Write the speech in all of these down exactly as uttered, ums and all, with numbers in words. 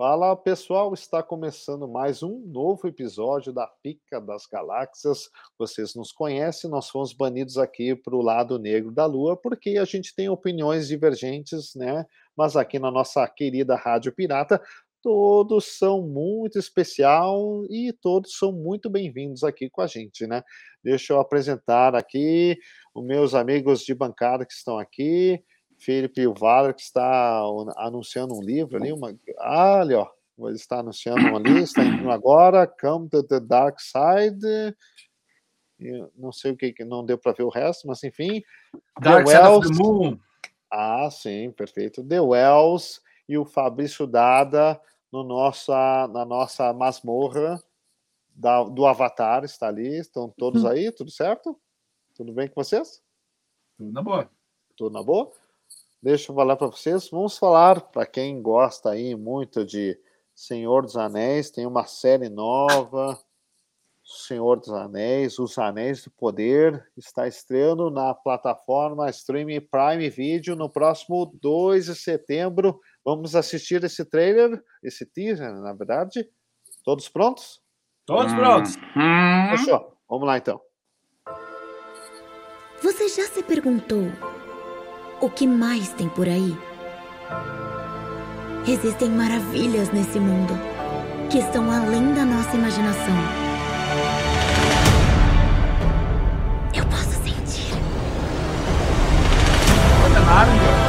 Fala pessoal, está começando mais um novo episódio da Pica das Galáxias. Vocês nos conhecem, nós fomos banidos aqui para o lado negro da Lua porque a gente tem opiniões divergentes, né? Mas aqui na nossa querida Rádio Pirata, todos são muito especial e todos são muito bem-vindos aqui com a gente, né? Deixa eu apresentar aqui os meus amigos de bancada que estão aqui. Felipe Valer, que está anunciando um livro ali, uma... ah, ali, ó, ele está anunciando um ali, está indo agora, Come to the Dark Side, eu não sei o que, que não deu para ver o resto, mas enfim, Dark The Side Wells, of the Moon. Ah, sim, perfeito, The Wells e o Fabrício Dada no nossa, na nossa masmorra da, do Avatar, está ali, estão todos aí, tudo certo? Tudo bem com vocês? Tudo na boa. Tudo na boa? Deixa eu falar para vocês, vamos falar, para quem gosta aí muito de Senhor dos Anéis, tem uma série nova, Senhor dos Anéis, Os Anéis do Poder, está estreando na plataforma Streaming Prime Video no próximo dois de setembro. Vamos assistir esse trailer, esse teaser, na verdade. Todos prontos? Todos prontos. Uhum. Fechou. Vamos lá, então. Você já se perguntou o que mais tem por aí? Existem maravilhas nesse mundo que estão além da nossa imaginação. Eu posso sentir. Olha, Nárnia.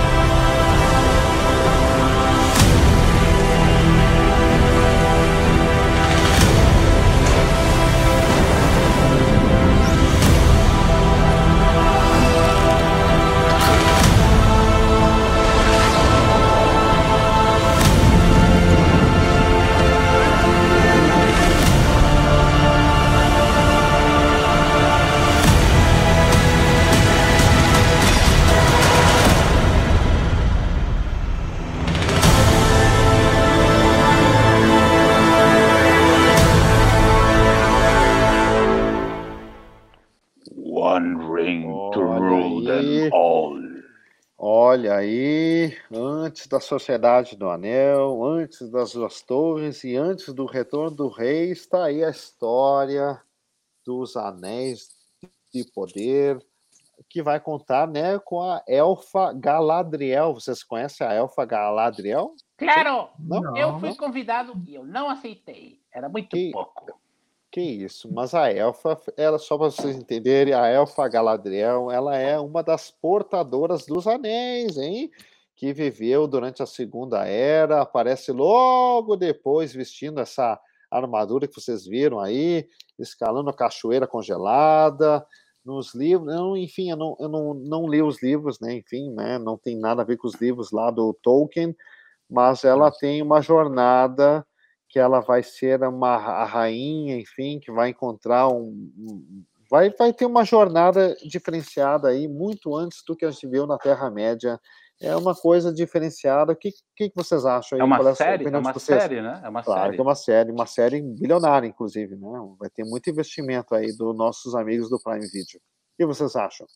Olha aí, antes da Sociedade do Anel, antes das Duas Torres e antes do Retorno do Rei, está aí a história dos Anéis de Poder, que vai contar, né, com a Elfa Galadriel. Vocês conhecem a Elfa Galadriel? Claro! Não? Não, eu fui convidado e eu não aceitei. Era muito que... pouco. Que isso, mas a Elfa, ela, só para vocês entenderem, a Elfa Galadriel, ela é uma das portadoras dos anéis, hein? Que viveu durante a Segunda Era, aparece logo depois vestindo essa armadura que vocês viram aí, escalando a cachoeira congelada, nos livros, não, enfim, eu, não, eu não, não li os livros, né? Enfim, né? Não tem nada a ver com os livros lá do Tolkien, mas ela tem uma jornada que ela vai ser uma a rainha, enfim, que vai encontrar um, um vai, vai ter uma jornada diferenciada aí, muito antes do que a gente viu na Terra-média. É uma coisa diferenciada. O que, que, que vocês acham aí? É uma Qual série, é é uma série, né? É uma claro série. que é uma série, uma série bilionária, inclusive, né? Vai ter muito investimento aí dos nossos amigos do Prime Video. O que vocês acham?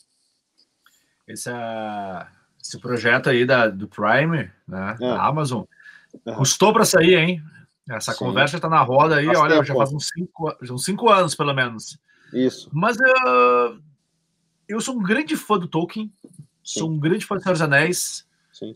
Esse, esse projeto aí da, do Prime, né? É. Da Amazon, uhum. Custou para sair, hein? Essa Sim. conversa tá na roda aí, faz olha, tempo. já faz uns cinco, uns cinco anos, pelo menos. Isso. Mas uh, eu sou um grande fã do Tolkien, Sim. sou um grande fã do Senhor dos Anéis. Sim.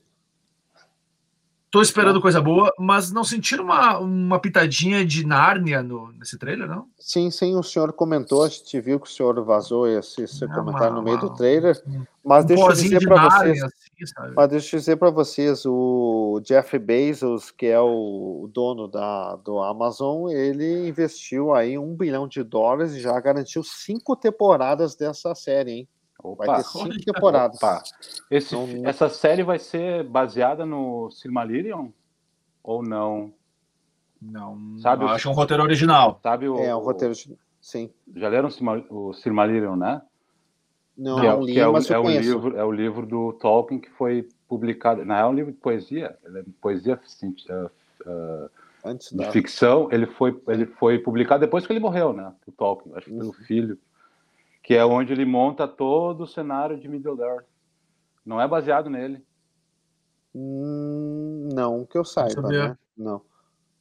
Tô esperando coisa boa, mas não sentiram uma, uma pitadinha de Nárnia no, nesse trailer, não? Sim, sim, o senhor comentou, a gente viu que o senhor vazou esse, esse é comentário uma, no meio uma, do trailer, mas um deixa eu dizer para vocês, assim, mas deixa eu dizer para vocês, o Jeff Bezos, que é o dono da, do Amazon, ele investiu aí um bilhão de dólares e já garantiu cinco temporadas dessa série, hein? Opa, vai ter cinco temporadas. Opa. Esse, então, essa série vai ser baseada no Silmarillion ou não? Não, sabe? Eu acho um roteiro original. Sabe o, é um roteiro, sim. Já leram o Silmarillion, né? Não, que é, não li, que é, mas o, eu é o conheço. livro, é o livro do Tolkien que foi publicado. Na real, é um livro de poesia, é poesia uh, uh, Antes de da... ficção. Ele foi, ele foi publicado depois que ele morreu, né? O Tolkien, acho que pelo uhum. filho. Que é onde ele monta todo o cenário de Middle-earth. Não é baseado nele. Hum, não, que eu saiba, né? Não.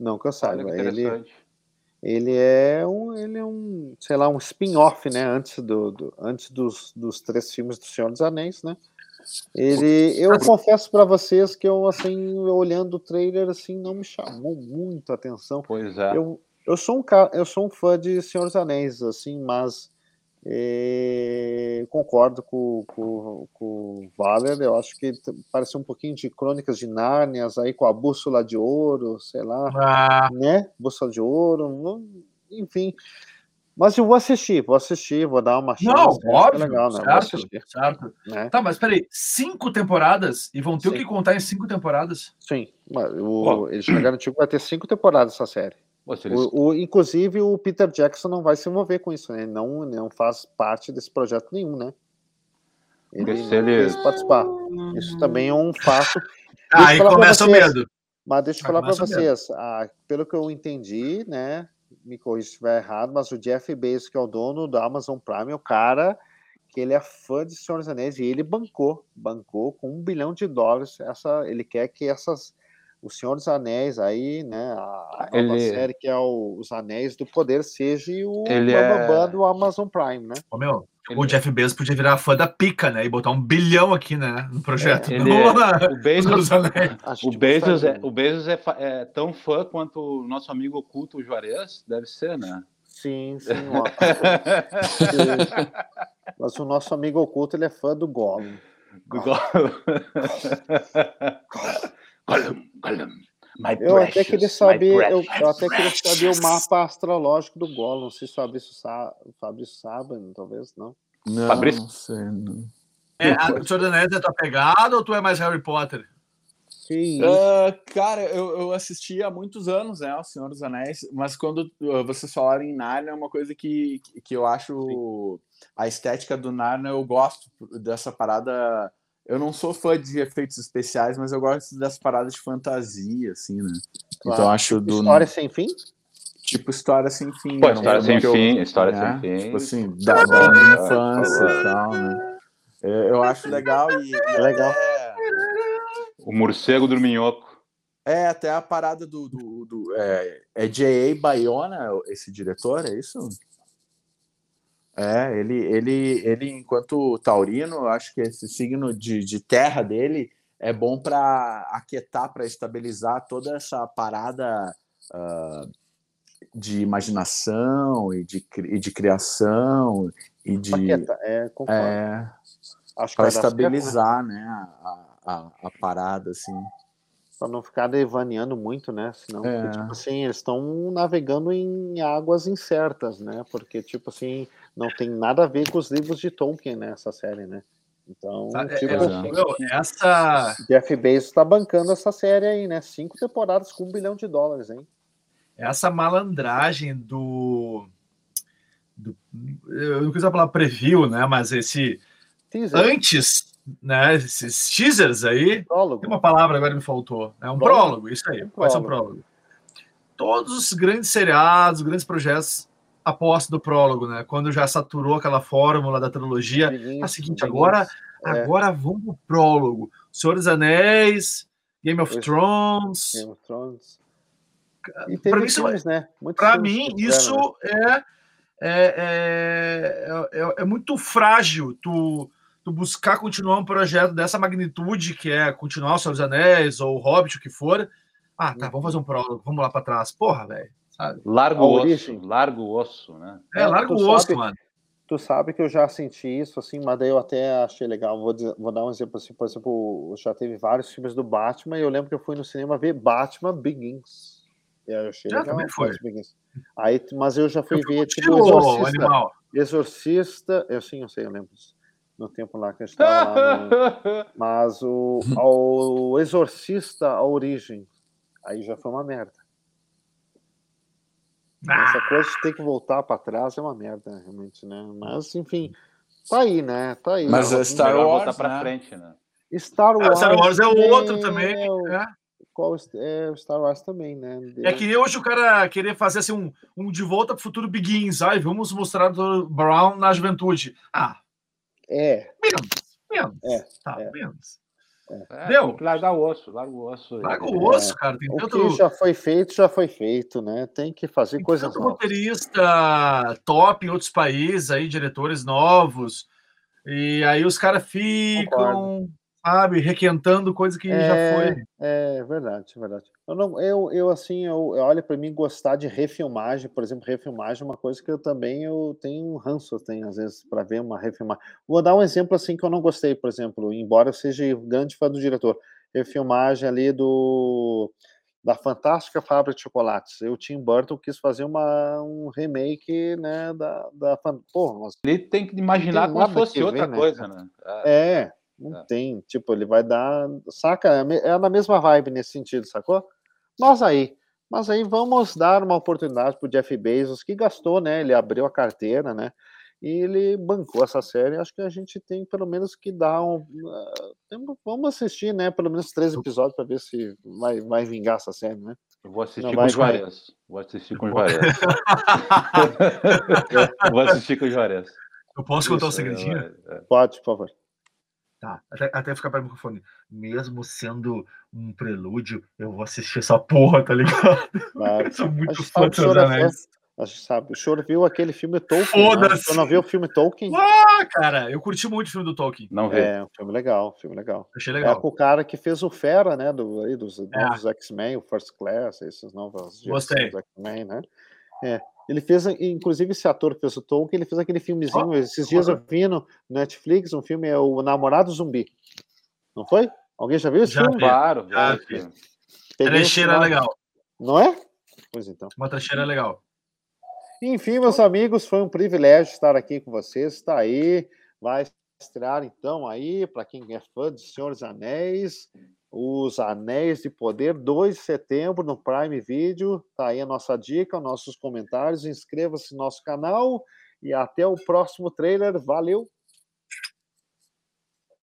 Não que eu saiba. Olha que Ele, interessante. ele é um, ele é um, sei lá, um spin-off, né? Antes, do, do- antes dos, dos três filmes do Senhor dos Anéis, né? Ele, eu confesso para vocês que eu, assim, olhando o trailer, assim, não me chamou muito a atenção. Pois é. Eu, eu sou um cara, eu sou um fã de Senhor dos Anéis, assim, mas é, concordo com, com, com o Valer. Eu acho que t- parece um pouquinho de Crônicas de Nárnias aí com a bússola de ouro, sei lá, Ah, né? Bússola de ouro, não- enfim. Mas eu vou assistir, vou assistir, vou dar uma chance. não, acho que é óbvio, legal, né? Vou certo, assistir, certo. né? Tá, mas peraí, cinco temporadas e vão ter o Sim. que contar em cinco temporadas? Sim, mas o, Pô. ele já garantiu que vai ter cinco temporadas essa série. Pô, se eles- O, o- inclusive, o Peter Jackson não vai se envolver com isso, né? Ele não, não faz parte desse projeto nenhum, né? Ele Porque não se ele- quis participar. Isso também é um fato. Deixa eu Aí falar pra começa o vocês, medo. Mas deixa eu Aí falar para começa o medo. vocês. Ah, pelo que eu entendi, né? Me corrija se estiver errado, mas o Jeff Bezos, que é o dono da Amazon Prime, é o cara que ele é fã de Senhor dos Anéis e ele bancou, bancou com um bilhão de dólares. Essa, ele quer que essas, o Senhor dos Anéis aí, né, a nova Ele- série que é o, os Anéis do Poder seja o Ele bambambam é- do Amazon Prime, né? Ô, meu, Ele- o Jeff Bezos podia virar fã da Pica, né? E botar um bilhão aqui, né? No projeto. Ele Não é- lá na- o Bezos- nos Anéis. Acho O que Bezos, é, gostaria. o Bezos é, fa- é tão fã quanto o nosso amigo oculto, o Juarez, deve ser, né? Sim, sim. Ó. Mas o nosso amigo oculto, ele é fã do Gollum. Do Gollum. Gollum, Gollum. My Eu até precious, queria my saber, eu, precious. eu até queria saber o mapa astrológico do Gollum. Não sei se o Fabrício, sa, o Fabrício sabe, talvez não. Não, Fabrício? não sei. Não. É, a, o Senhor dos Anéis é tua pegada ou tu é mais Harry Potter? Que isso? Ah, cara, eu, eu assisti há muitos anos, né, O Senhor dos Anéis, mas quando uh, vocês falaram em Narnia, é uma coisa que, que eu acho a estética do Narnia, eu gosto dessa parada. Eu não sou fã de efeitos especiais, mas eu gosto dessa parada de fantasia, assim, né? Claro. Então eu acho do História sem fim? tipo história sem fim. Pô, era um história filme sem que eu- fim, história né? sem fim. Tipo assim, da, da minha infância Por favor. e tal, né? Eu, eu acho legal e, e Legal. até- O morcego do minhoco. É, até a parada do. do, do é, é J A. Bayona, esse diretor, é isso? É, ele, ele, ele enquanto taurino, eu acho que esse signo de, de terra dele é bom para aquietar, para estabilizar toda essa parada ah, de imaginação e de, cri- e de criação e de. Paqueta, é, concordo. É, Acho que para vai dar certo, né? estabilizar, né, a, a, a parada, assim. Pra não ficar devaneando muito, né? Senão, É. porque, tipo assim, eles estão navegando em águas incertas, né? Porque, tipo assim, não tem nada a ver com os livros de Tolkien, né? Essa série, né? Então, É, tipo, é, meu, essa, Jeff Bezos tá bancando essa série aí, né? Cinco temporadas com um bilhão de dólares, hein? essa malandragem do, do. Eu não quis falar preview, né? Mas esse. Teaser, Antes, né? Esses teasers aí. prólogo. Tem uma palavra agora que me faltou. É um Prólogo. prólogo, isso aí. Um Pode ser um prólogo. prólogo. Todos os grandes seriados, grandes projetos apostam do prólogo, né? Quando já saturou aquela fórmula da trilogia. Amiguinhos, É o seguinte, amiguinhos. agora, É. agora vamos pro prólogo. Senhor dos Anéis, Game of Esse- Thrones. Game of Thrones. E Pra teve mim, isso- filmes, né? Muitos Para filmes mim, que tiveram, isso né? é, é, é, é, é muito frágil tu, tu buscar continuar um projeto dessa magnitude, que é continuar o Senhor dos Anéis ou o Hobbit, o que for. Ah, tá, vamos fazer um prólogo, vamos lá para trás. Porra, velho, sabe? Largo A osso, origem. largo osso, né? É, larga tu o osso, sabe- mano. Tu sabe que eu já senti isso, assim, mas daí eu até achei legal. Vou, dizer- vou dar um exemplo assim, por exemplo, já teve vários filmes do Batman e eu lembro que eu fui no cinema ver Batman Begins. E aí eu achei Já legal. também foi. Batman Begins. Aí, mas eu já fui Eu fui ver, tipo, contigo, o ô, Exorcista. animal. Exorcista, eu sim, eu sei, eu lembro disso. No tempo lá que a gente tava lá no... Mas o, o Exorcista, a origem, aí já foi uma merda. Essa Ah, coisa de ter que voltar pra trás é uma merda, realmente, né? Mas, enfim, tá aí, né? Tá aí. Mas Né? é Star Melhor Wars, voltar pra né? frente, né? Star ah, Wars, Star Wars é o também outro também. É o, né? qual, é o Star Wars também, né? É que nem hoje o cara querer fazer assim, um, um De Volta pro Futuro Begins. Ai, vamos mostrar o Brown na juventude. Ah, É, menos, menos. É, tá, é. menos. É, Deu. tem que largar o osso, larga o osso. Larga É, o osso, cara. Tem O tanto, que já foi feito, já foi feito, né? Tem que fazer tem coisas tanto novas. roteirista top em outros países aí, diretores novos. E aí os caras ficam, sabe, requentando coisa que É, já foi. é verdade, é verdade. Eu não, eu, eu assim, eu, eu olho para mim gostar de refilmagem, por exemplo, refilmagem é uma coisa que eu também eu tenho um ranço, eu tenho às vezes para ver uma refilmagem. Vou dar um exemplo assim que eu não gostei, por exemplo, embora eu seja grande fã do diretor, refilmagem ali do da Fantástica Fábrica de Chocolates. O Tim Burton quis fazer uma, um remake, né, da, da pô, mas ele tem que imaginar tem como se nada fosse que outra ver, né, coisa, cara? né? É, não É. tem, tipo, ele vai dar, saca? É me- é na mesma vibe nesse sentido, sacou? Mas aí, mas aí vamos dar uma oportunidade pro Jeff Bezos, que gastou, né? Ele abriu a carteira, né? E ele bancou essa série. Acho que a gente tem pelo menos que dar um. ah, temos- vamos assistir, né? Pelo menos três episódios para ver se vai, vai vingar essa série, né? Eu vou assistir Não com vai, o vai. Juarez. Vou assistir com o Juarez. É, Vou assistir com o Juarez. Eu posso contar um Isso, segredinho? É, é. pode, por favor. Tá, até, até ficar para o microfone. Mesmo sendo um prelúdio, eu vou assistir essa porra, tá ligado? Claro. Eu sou A muito gente fã sabe dos que o senhor Seus é fã. Anéis. A gente sabe. O senhor viu aquele filme Tolkien, não? O Foda-se! senhor não viu o filme Tolkien? Ah, cara, eu curti muito o filme do Tolkien. Não vê. É, um filme legal, um filme legal. Achei É legal. com o cara que fez o Fera, né, do, aí, dos É. novos X-Men, o First Class, esses novos Gostei. gerações do X-Men, né? É. Ele fez, inclusive, esse ator que fez o Tolkien, ele fez aquele filmezinho, Oh, esses dias eu vi no Netflix, um filme, é o Namorado Zumbi. Não foi? Alguém já viu esse Já filme? vi. Claro, Ah, é, sim. Peguei o Trecheira sinal. legal. Não é? Pois então. Uma trecheira legal. Enfim, meus amigos, foi um privilégio estar aqui com vocês. Está aí, vai estrear então aí, para quem é fã de Senhor dos Anéis, Os Anéis de Poder, dois de setembro, no Prime Video. Está aí a nossa dica, nossos comentários. Inscreva-se no nosso canal e até o próximo trailer. Valeu!